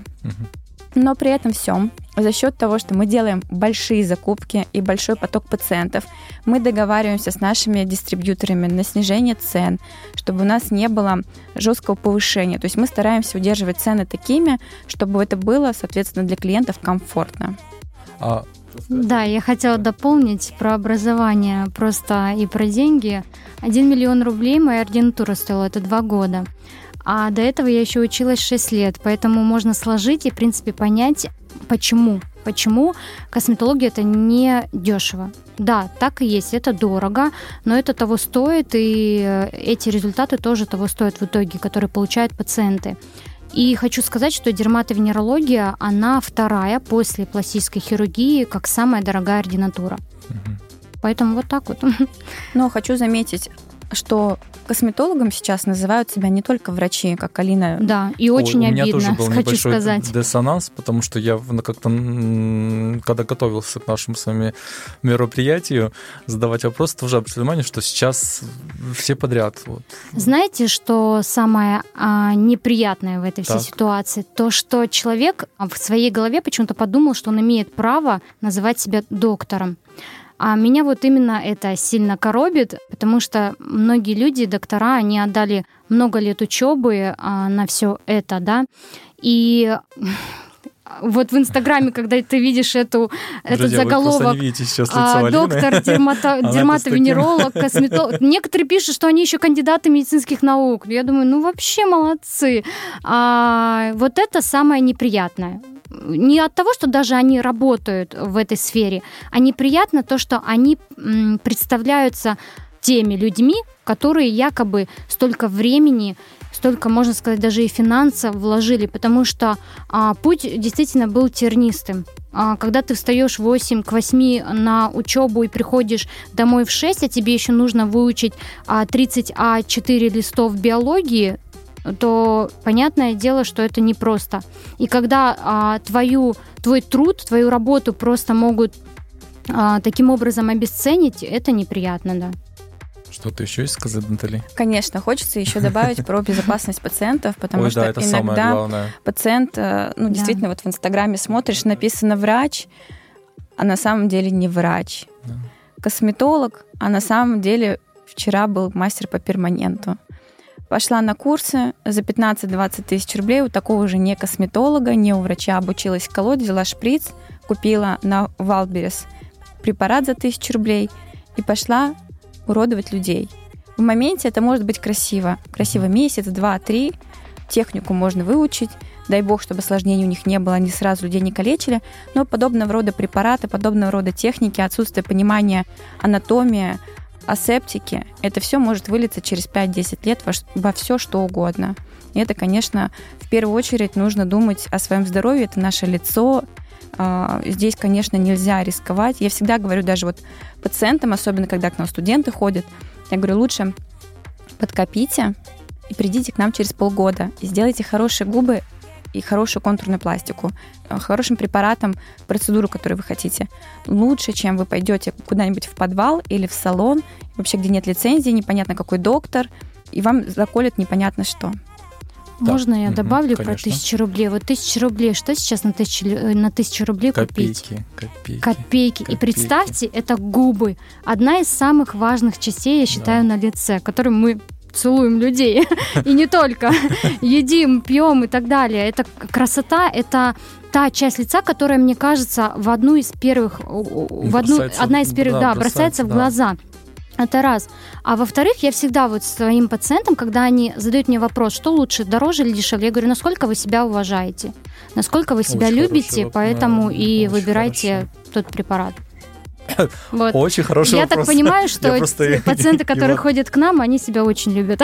Но при этом всем, за счет того, что мы делаем большие закупки и большой поток пациентов, мы договариваемся с нашими дистрибьюторами на снижение цен, чтобы у нас не было жесткого повышения. То есть мы стараемся удерживать цены такими, чтобы это было, соответственно, для клиентов комфортно.
А...
Да, я хотела дополнить про образование просто и про деньги. Один миллион рублей моя ординатура стоила, это два года. А до этого я еще училась шесть лет, поэтому можно сложить и, в принципе, понять, почему. Почему косметология – это не дешево. Да, так и есть, это дорого, но это того стоит, и эти результаты тоже того стоят в итоге, которые получают пациенты. И хочу сказать, что дерматовенерология, она вторая после пластической хирургии, как самая дорогая ординатура. Угу. Поэтому вот так вот.
Но хочу заметить, что косметологом сейчас называют себя не только врачи, как Алина.
Да, и очень
Ой,
обидно,
у меня тоже был
хочу сказать.
Диссонанс, потому что я как-то, когда готовился к нашему с вами мероприятию, задавать вопрос, тоже обратил внимание, что сейчас все подряд. Вот.
Знаете, что самое а, неприятное в этой всей
так.
ситуации? То, что человек в своей голове почему-то подумал, что он имеет право называть себя доктором. А меня вот именно это сильно коробит, потому что многие люди, доктора, они отдали много лет учебы а, на все это, да, и вот в Инстаграме, когда ты видишь эту, этот
Друзья,
заголовок,
вы сейчас
а, доктор, дермато, дерматовенеролог, косметолог, некоторые пишут, что они еще кандидаты медицинских наук. Я думаю, ну вообще молодцы. А, вот это самое неприятное. не от того, что даже они работают в этой сфере, а неприятно то, что они м, представляются теми людьми, которые якобы столько времени, столько, можно сказать, даже и финансов вложили, потому что а, путь действительно был тернистым. А, когда ты встаешь в восемь к восьми на учебу и приходишь домой в шесть, а тебе еще нужно выучить а, тридцать а четыре листов биологии, то понятное дело, что это непросто. И когда а, твою, твой труд, твою работу просто могут а, таким образом обесценить, это неприятно, да.
Что-то еще есть сказать, Натали?
Конечно, хочется еще добавить про безопасность пациентов, потому
Ой,
что
да, это
иногда пациент, ну, действительно, да. вот в Инстаграме смотришь, написано «врач», а на самом деле не врач. Да. Косметолог, а на самом деле вчера был мастер по перманенту. Пошла на курсы за пятнадцать-двадцать тысяч рублей у такого же не косметолога, не у врача, обучилась колоть, взяла шприц, купила на Валберес препарат за тысячу рублей и пошла уродовать людей. В моменте это может быть красиво. Красиво месяц, два, три. Технику можно выучить. Дай бог, чтобы осложнений у них не было, они сразу людей не калечили. Но подобного рода препараты, подобного рода техники, отсутствие понимания анатомии, асептики, это все может вылиться через пять-десять лет во, во все, что угодно. И это, конечно, в первую очередь нужно думать о своем здоровье. Это наше лицо. Здесь, конечно, нельзя рисковать. Я всегда говорю даже вот пациентам, особенно когда к нам студенты ходят, я говорю, лучше подкопите и придите к нам через полгода и сделайте хорошие губы и хорошую контурную пластику, хорошим препаратом процедуру, которую вы хотите. Лучше, чем вы пойдете куда-нибудь в подвал или в салон, вообще где нет лицензии, непонятно какой доктор, и вам заколят непонятно что.
Можно
да.
я добавлю
угу,
про тысячу рублей? Вот тысяча рублей, что сейчас на тысячу, на тысячу рублей
копейки,
купить?
Копейки.
Копейки. И представьте, это губы. Одна из самых важных частей, я считаю, да. на лице, которым мы целуем людей. И не только. Едим, пьем и так далее. Это красота, это та часть лица, которая, мне кажется, в одну из первых, в одну, одна из первых, да, бросается в глаза. Это раз. А во-вторых, я всегда вот своим пациентам, когда они задают мне вопрос, что лучше, дороже или дешевле, я говорю, насколько вы себя уважаете, насколько вы себя очень любите, поэтому да, и выбирайте хорошо. Тот препарат. Вот.
Очень хороший
я
вопрос.
Я так понимаю, что пациенты, которые его... ходят к нам, они себя очень любят.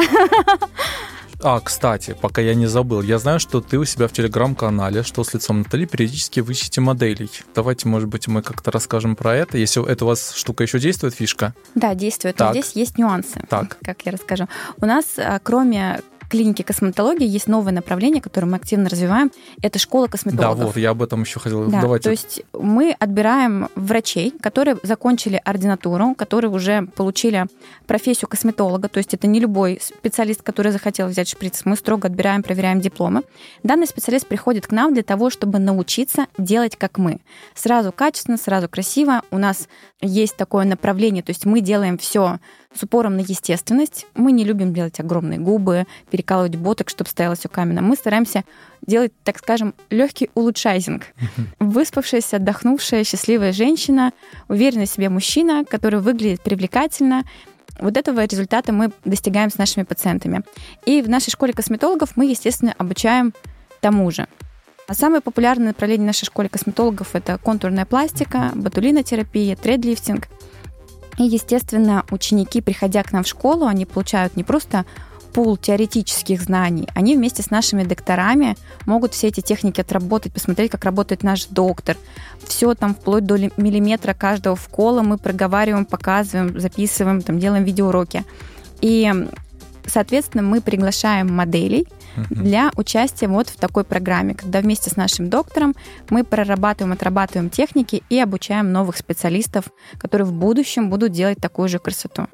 А, кстати, пока я не забыл, я знаю, что ты у себя в телеграм-канале «Что с лицом Натали» периодически вы ищете моделей. Давайте, может быть, мы как-то расскажем про это. Если это у вас штука еще действует, фишка?
Да, действует. Но здесь есть нюансы, так. как я расскажу. У нас, кроме клиники косметологии, есть новое направление, которое мы активно развиваем. Это школа косметологов.
Да, вот, я об этом еще хотела.
Да,
Давайте.
То есть мы отбираем врачей, которые закончили ординатуру, которые уже получили профессию косметолога. То есть это не любой специалист, который захотел взять шприц. Мы строго отбираем, проверяем дипломы. Данный специалист приходит к нам для того, чтобы научиться делать как мы. Сразу качественно, сразу красиво. У нас есть такое направление, то есть мы делаем все с упором на естественность. Мы не любим делать огромные губы, перекалывать ботокс, чтобы стояло все каменно. Мы стараемся делать, так скажем, легкий улучшайзинг. Выспавшаяся, отдохнувшая, счастливая женщина, уверенный в себе мужчина, который выглядит привлекательно. Вот этого результата мы достигаем с нашими пациентами. И в нашей школе косметологов мы, естественно, обучаем тому же. А самое популярное направление нашей школы косметологов – это контурная пластика, ботулинотерапия, тредлифтинг. И, естественно, ученики, приходя к нам в школу, они получают не просто пул теоретических знаний, они вместе с нашими докторами могут все эти техники отработать, посмотреть, как работает наш доктор. Все там вплоть до миллиметра каждого вкола мы проговариваем, показываем, записываем, там, делаем видеоуроки. И, соответственно, мы приглашаем моделей для участия вот в такой программе, когда вместе с нашим доктором мы прорабатываем, отрабатываем техники и обучаем новых специалистов, которые в будущем будут делать такую же красоту.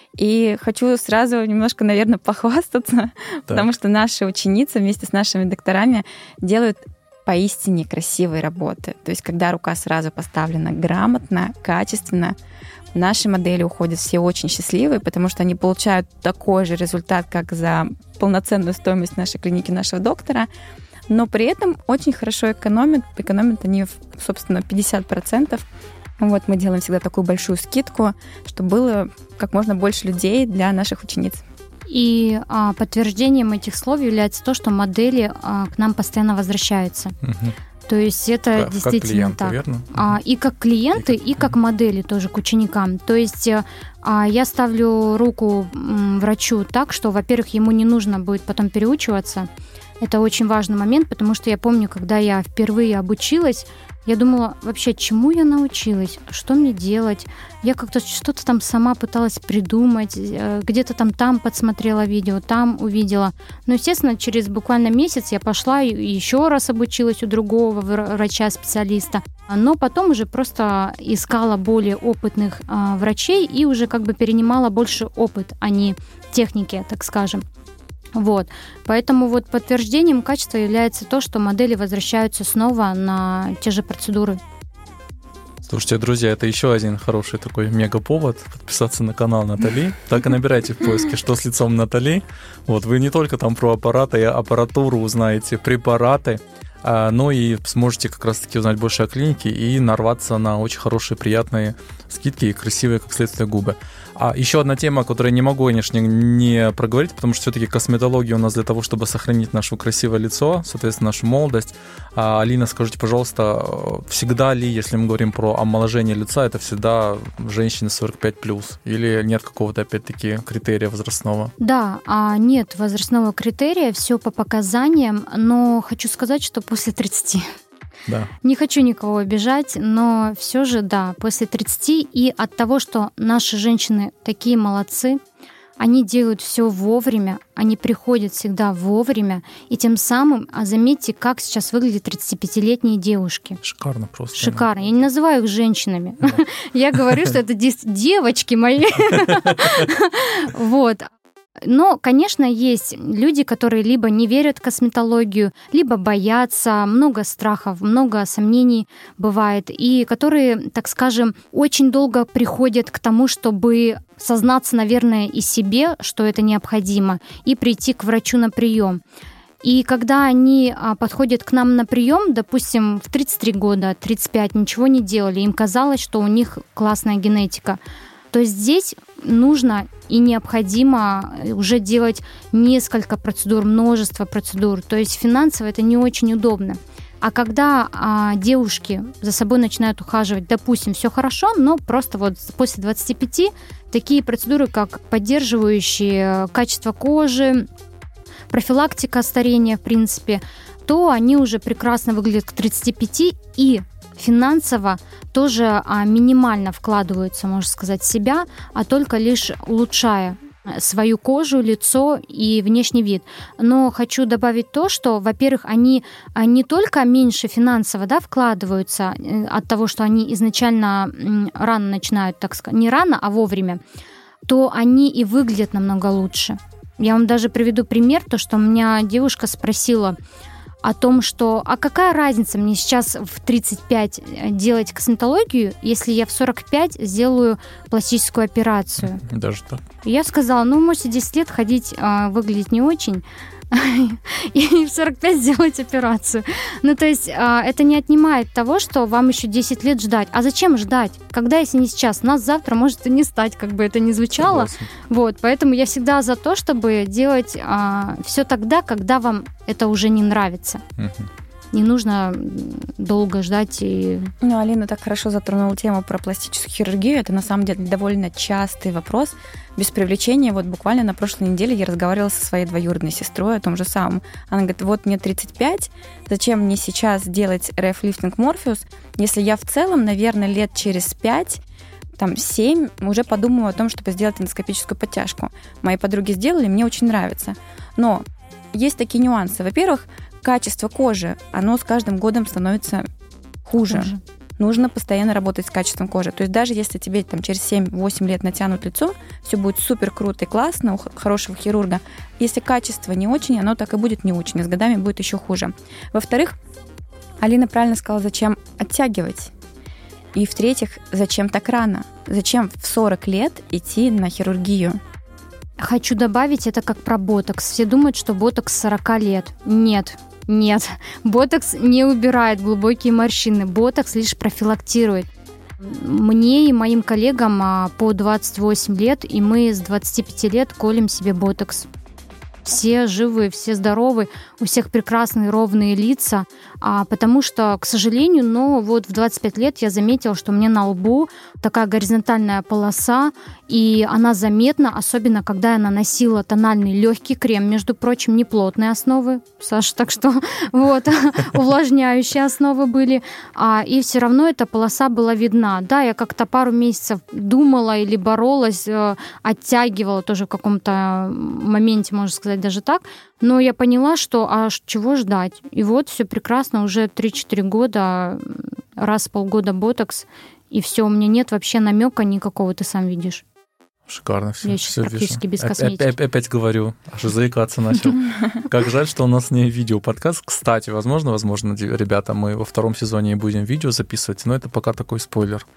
И хочу сразу немножко, наверное, похвастаться, так. потому что наши ученицы вместе с нашими докторами делают поистине красивые работы. То есть когда рука сразу поставлена грамотно, качественно, наши модели уходят все очень счастливые, потому что они получают такой же результат, как за полноценную стоимость нашей клиники, нашего доктора, но при этом очень хорошо экономят. Экономят они, собственно, пятьдесят процентов. Вот мы делаем всегда такую большую скидку, чтобы было как можно больше людей для наших учениц.
И а, подтверждением этих слов является то, что модели а, к нам постоянно возвращаются. Угу. То есть это
как,
действительно
как клиенты,
так.
Верно?
А, и как клиенты, и как, и как модели тоже к ученикам. То есть а, я ставлю руку м, врачу так, что, во-первых, ему не нужно будет потом переучиваться. Это очень важный момент, потому что я помню, когда я впервые обучилась, я думала, вообще, чему я научилась, что мне делать. Я как-то что-то там сама пыталась придумать, где-то там там подсмотрела видео, там увидела. Но, естественно, через буквально месяц я пошла и еще раз обучилась у другого врача-специалиста. Но потом уже просто искала более опытных а, врачей и уже как бы перенимала больше опыт, а не техники, так скажем. Вот. Поэтому вот подтверждением качества является то, что модели возвращаются снова на те же процедуры.
Слушайте, друзья, это еще один хороший такой мега-повод подписаться на канал Натали. Так и набирайте в поиске «Что с лицом Натали?». Вот, вы не только там про аппараты и аппаратуру узнаете, препараты, но и сможете как раз-таки узнать больше о клинике и нарваться на очень хорошие, приятные скидки и красивые, как следствие, губы. А еще одна тема, которую я не могу, конечно, не проговорить, потому что все-таки косметология у нас для того, чтобы сохранить наше красивое лицо, соответственно, нашу молодость. А, Алина, скажите, пожалуйста, всегда ли, если мы говорим про омоложение лица, это всегда женщины сорок пять плюс? Или нет какого-то, опять-таки, критерия возрастного?
Да, а нет возрастного критерия, все по показаниям, но хочу сказать, что после тридцати.
Да.
Не хочу никого обижать, но все же, да, после тридцати и от того, что наши женщины такие молодцы, они делают все вовремя, они приходят всегда вовремя, и тем самым, а заметьте, как сейчас выглядят тридцатипятилетние девушки.
Шикарно просто.
Шикарно. Я не называю их женщинами. Я говорю, что это девочки мои. Вот. Но, конечно, есть люди, которые либо не верят в косметологию, либо боятся, много страхов, много сомнений бывает, и которые, так скажем, очень долго приходят к тому, чтобы сознаться, наверное, и себе, что это необходимо, и прийти к врачу на прием. И когда они а, подходят к нам на прием, допустим, в тридцать три года, тридцать пять, ничего не делали, им казалось, что у них классная генетика, то здесь нужно и необходимо уже делать несколько процедур, множество процедур. То есть финансово это не очень удобно. А когда а, девушки за собой начинают ухаживать, допустим, все хорошо, но просто вот после двадцати пяти такие процедуры, как поддерживающие качество кожи, профилактика старения, в принципе, то они уже прекрасно выглядят к тридцати пяти и финансово тоже а, минимально вкладываются, можно сказать, в себя, а только лишь улучшая свою кожу, лицо и внешний вид. Но хочу добавить то, что, во-первых, они не только меньше финансово, да, вкладываются от того, что они изначально рано начинают, так сказать, не рано, а вовремя, то они и выглядят намного лучше. Я вам даже приведу пример, то, что у меня девушка спросила о том, что а какая разница мне сейчас в тридцать пять делать косметологию, если я в сорок пять сделаю пластическую операцию.
Даже так.
Я сказала, ну, можете десять лет ходить, выглядеть не очень, и в сорок пять сделать операцию. Ну, то есть это не отнимает того, что вам еще десять лет ждать. А зачем ждать? Когда, если не сейчас? Нас завтра может и не стать, как бы это ни звучало. Согласен. Вот, поэтому я всегда за то, чтобы делать а, все тогда, когда вам это уже не нравится. Угу. Не нужно долго ждать. И...
Ну, Алина так хорошо затронула тему про пластическую хирургию. Это на самом деле довольно частый вопрос. Без привлечения. Вот буквально на прошлой неделе я разговаривала со своей двоюродной сестрой о том же самом. Она говорит, вот мне тридцать пять, зачем мне сейчас делать эр эф-лифтинг Morpheus, если я в целом, наверное, лет через пять, там, семь, уже подумаю о том, чтобы сделать эндоскопическую подтяжку. Мои подруги сделали, мне очень нравится. Но есть такие нюансы. Во-первых, качество кожи, оно с каждым годом становится хуже. хуже. Нужно постоянно работать с качеством кожи. То есть даже если тебе там, через семь-восемь лет натянут лицо, все будет супер круто и классно у хорошего хирурга. Если качество не очень, оно так и будет не очень, и с годами будет еще хуже. Во-вторых, Алина правильно сказала, зачем оттягивать. И в-третьих, зачем так рано? Зачем в сорок лет идти на хирургию?
Хочу добавить, это как про ботокс. Все думают, что ботокс сорок лет. Нет. Нет, ботокс не убирает глубокие морщины, ботокс лишь профилактирует. Мне и моим коллегам по двадцать восемь лет, и мы с двадцати пяти лет колем себе ботокс. все живы, все здоровы, у всех прекрасные ровные лица, а, потому что, к сожалению, но вот в двадцать пять лет я заметила, что у меня на лбу такая горизонтальная полоса, и она заметна, особенно когда я наносила тональный легкий крем, между прочим, не плотные основы, Саша, так что вот, увлажняющие основы были, а, и все равно эта полоса была видна. Да, я как-то пару месяцев думала или боролась, оттягивала тоже в каком-то моменте, можно сказать, даже так, но я поняла, что а чего ждать? И вот все прекрасно, уже три-четыре года, раз в полгода ботокс, и все, у меня нет вообще намека никакого, ты сам видишь.
Шикарно все.
Я сейчас
все
практически
вижу.
без косметики.
Опять, опять говорю, аж заикаться начал. Как жаль, что у нас не видео-подкаст. Кстати, возможно, возможно, ребята, мы во втором сезоне и будем видео записывать, но это пока такой спойлер.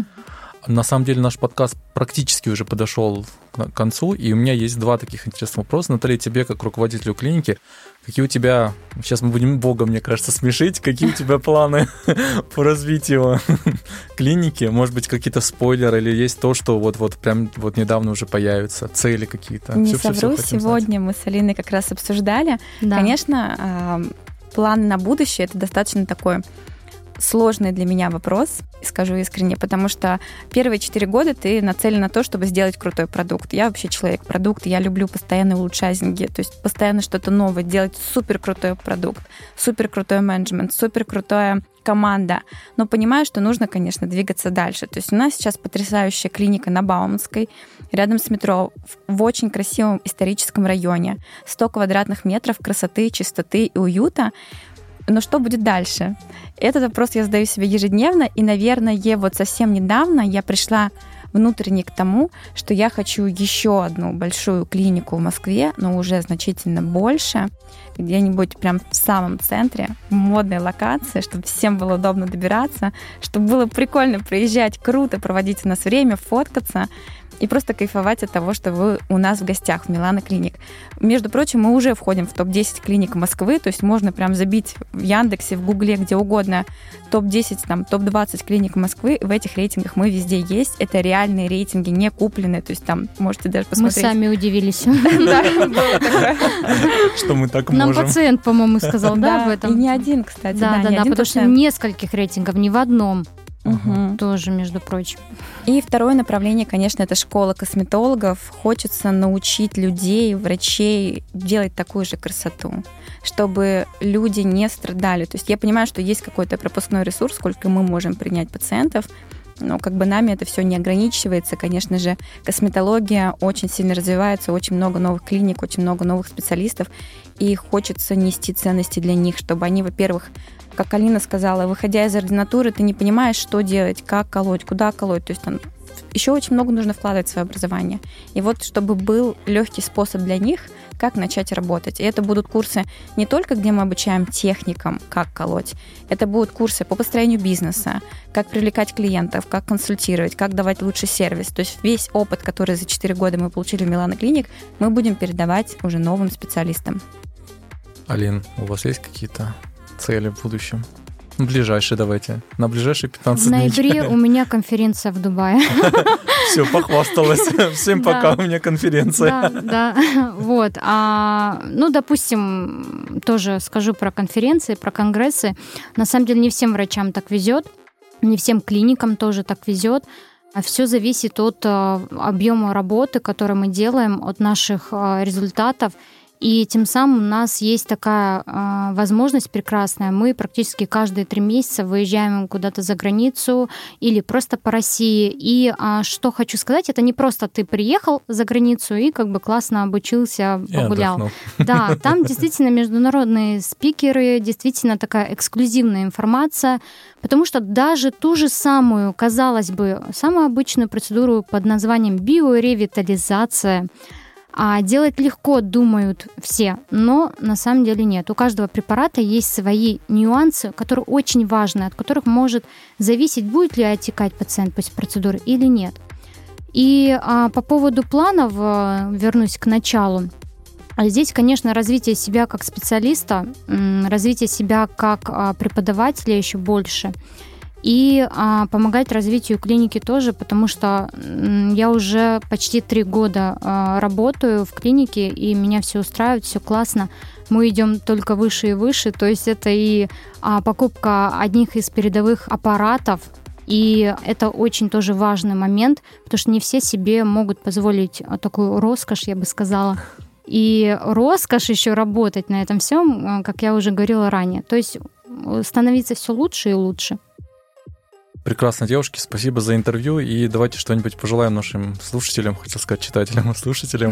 На самом деле наш подкаст практически уже подошел к концу, и у меня есть два таких интересных вопроса. Наталья, тебе, как руководителю клиники, какие у тебя, сейчас мы будем Бога, мне кажется, смешить, какие у тебя планы по развитию клиники? Может быть, какие-то спойлеры, или есть то, что вот-вот прям вот недавно уже появятся, цели какие-то?
Не совру, сегодня мы с Алиной как раз обсуждали. Конечно, планы на будущее — это достаточно такой сложный для меня вопрос, скажу искренне, потому что первые четыре года ты нацелен на то, чтобы сделать крутой продукт. Я вообще человек-продукт, я люблю постоянно улучшайзинги, то есть постоянно что-то новое, делать супер крутой продукт, супер крутой менеджмент, супер крутая команда. Но понимаю, что нужно, конечно, двигаться дальше. То есть у нас сейчас потрясающая клиника на Бауманской, рядом с метро, в очень красивом историческом районе, сто квадратных метров красоты, чистоты и уюта. Но что будет дальше? Этот вопрос я задаю себе ежедневно, и, наверное, вот совсем недавно я пришла внутренне к тому, что я хочу еще одну большую клинику в Москве, но уже значительно больше, где-нибудь прям в самом центре, в модной локации, чтобы всем было удобно добираться, чтобы было прикольно приезжать, круто проводить у нас время, фоткаться и просто кайфовать от того, что вы у нас в гостях в Милано Клиник. Между прочим, мы уже входим в топ десять клиник Москвы, то есть можно прям забить в Яндексе, в Гугле, где угодно топ десять, там, топ двадцать клиник Москвы. В этих рейтингах мы везде есть. Это реальные рейтинги, не купленные, то есть там можете даже посмотреть.
Мы сами удивились.
Да, было такое.
Что мы так можем.
Нам пациент, по-моему, сказал, да, об этом?
И не один, кстати.
Да, да, да, потому что нескольких рейтингов, не в одном.
Угу.
Тоже, между прочим.
И второе направление, конечно, это школа косметологов. Хочется научить людей, врачей делать такую же красоту, чтобы люди не страдали. То есть я понимаю, что есть какой-то пропускной ресурс, сколько мы можем принять пациентов, но как бы нами это все не ограничивается. Конечно же, косметология очень сильно развивается, очень много новых клиник, очень много новых специалистов, и хочется нести ценности для них, чтобы они, во-первых, как Алина сказала, выходя из ординатуры, ты не понимаешь, что делать, как колоть, куда колоть. То есть там еще очень много нужно вкладывать в свое образование. И вот чтобы был легкий способ для них, как начать работать. И это будут курсы не только, где мы обучаем техникам, как колоть. Это будут курсы по построению бизнеса, как привлекать клиентов, как консультировать, как давать лучший сервис. То есть весь опыт, который за четыре года мы получили в Милано Клиник, мы будем передавать уже новым специалистам.
Алин, у вас есть какие-то цели в будущем? Ближайшие давайте. На ближайшие пятнадцать дней.
В ноябре у меня конференция в Дубае.
Все, похвасталась. Всем пока, у меня конференция.
Да, да. Вот. А, ну, допустим, тоже скажу про конференции, про конгрессы. На самом деле не всем врачам так везет, не всем клиникам тоже так везет. Все зависит от объема работы, который мы делаем, от наших результатов. И тем самым у нас есть такая э, возможность прекрасная. Мы практически каждые три месяца выезжаем куда-то за границу или просто по России. И э, что хочу сказать, это не просто ты приехал за границу и как бы классно обучился, погулял. Да, там действительно международные спикеры, действительно такая эксклюзивная информация, потому что даже ту же самую, казалось бы, самую обычную процедуру под названием биоревитализация А делать легко, думают все, но на самом деле нет. У каждого препарата есть свои нюансы, которые очень важны, от которых может зависеть, будет ли отекать пациент после процедуры или нет. И а, по поводу планов, вернусь к началу. Здесь, конечно, развитие себя как специалиста, развитие себя как преподавателя еще больше. и а, помогать развитию клиники тоже, потому что м, я уже почти три года а, работаю в клинике, и меня все устраивает, все классно. Мы идем только выше и выше, то есть это и а, покупка одних из передовых аппаратов, и это очень тоже важный момент, потому что не все себе могут позволить такую роскошь, я бы сказала. И роскошь еще работать на этом всем, как я уже говорила ранее. То есть становиться все лучше и лучше.
Прекрасно, девушки, спасибо за интервью. И давайте что-нибудь пожелаем нашим слушателям, хотел сказать читателям и слушателям.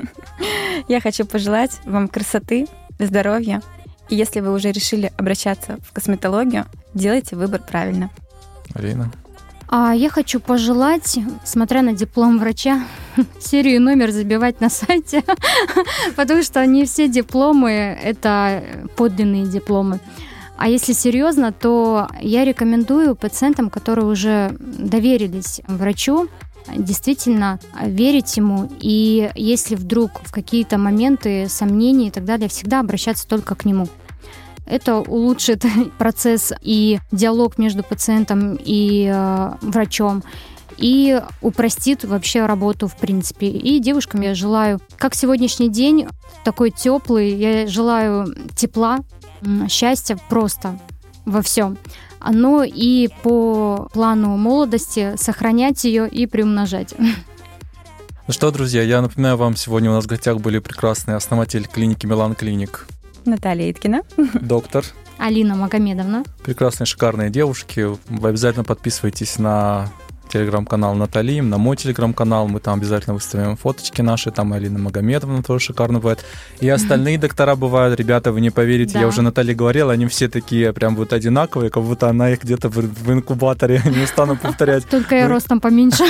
Я хочу пожелать вам красоты, здоровья. И если вы уже решили обращаться в косметологию, делайте выбор правильно.
Арина?
А я хочу пожелать, смотря на диплом врача, серию и номер забивать на сайте, потому что не все дипломы — это подлинные дипломы. А если серьезно, то я рекомендую пациентам, которые уже доверились врачу, действительно верить ему. И если вдруг в какие-то моменты сомнений и так далее, всегда обращаться только к нему. Это улучшит процесс и диалог между пациентом и э, врачом, и упростит вообще работу в принципе. И девушкам я желаю, как сегодняшний день, такой теплый, я желаю тепла, счастья просто во всем. Но и по плану молодости сохранять ее и приумножать.
Ну что, друзья, я напоминаю вам, сегодня у нас в гостях были прекрасные основатель клиники Милан Клиник
Наталья Иткина.
Доктор
Алина Магомедовна.
Прекрасные, шикарные девушки. Вы обязательно подписывайтесь на телеграм-канал Натальи, на мой телеграм-канал. Мы там обязательно выставим фоточки наши. Там Алина Магомедовна тоже шикарно бывает. И остальные доктора бывают. Ребята, вы не поверите, да. Я уже Наталье говорила, они все такие прям вот одинаковые, как будто она их где-то в инкубаторе, не устану повторять.
Только я ростом поменьше.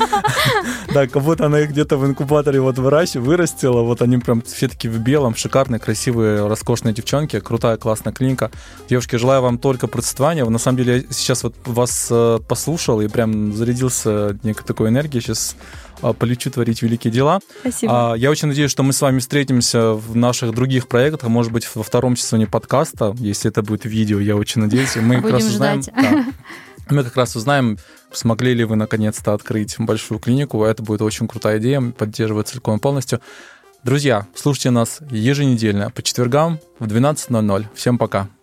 Да, как будто она их где-то в инкубаторе вот вырастила. Вот они прям все такие в белом, шикарные, красивые, роскошные девчонки. Крутая, классная клиника. Девушки, желаю вам только процветания. На самом деле, я сейчас вот вас послушал и прям зарядился некой такой энергией. Сейчас полечу творить великие дела.
Спасибо.
Я очень надеюсь, что мы с вами встретимся в наших других проектах, может быть, во втором сезоне подкаста, если это будет видео, я очень надеюсь. Мы
Будем
как раз узнаем,
ждать.
Да, мы как раз узнаем, смогли ли вы наконец-то открыть большую клинику. Это будет очень крутая идея, поддерживаю целиком и полностью. Друзья, слушайте нас еженедельно по четвергам в двенадцать ноль ноль. Всем пока.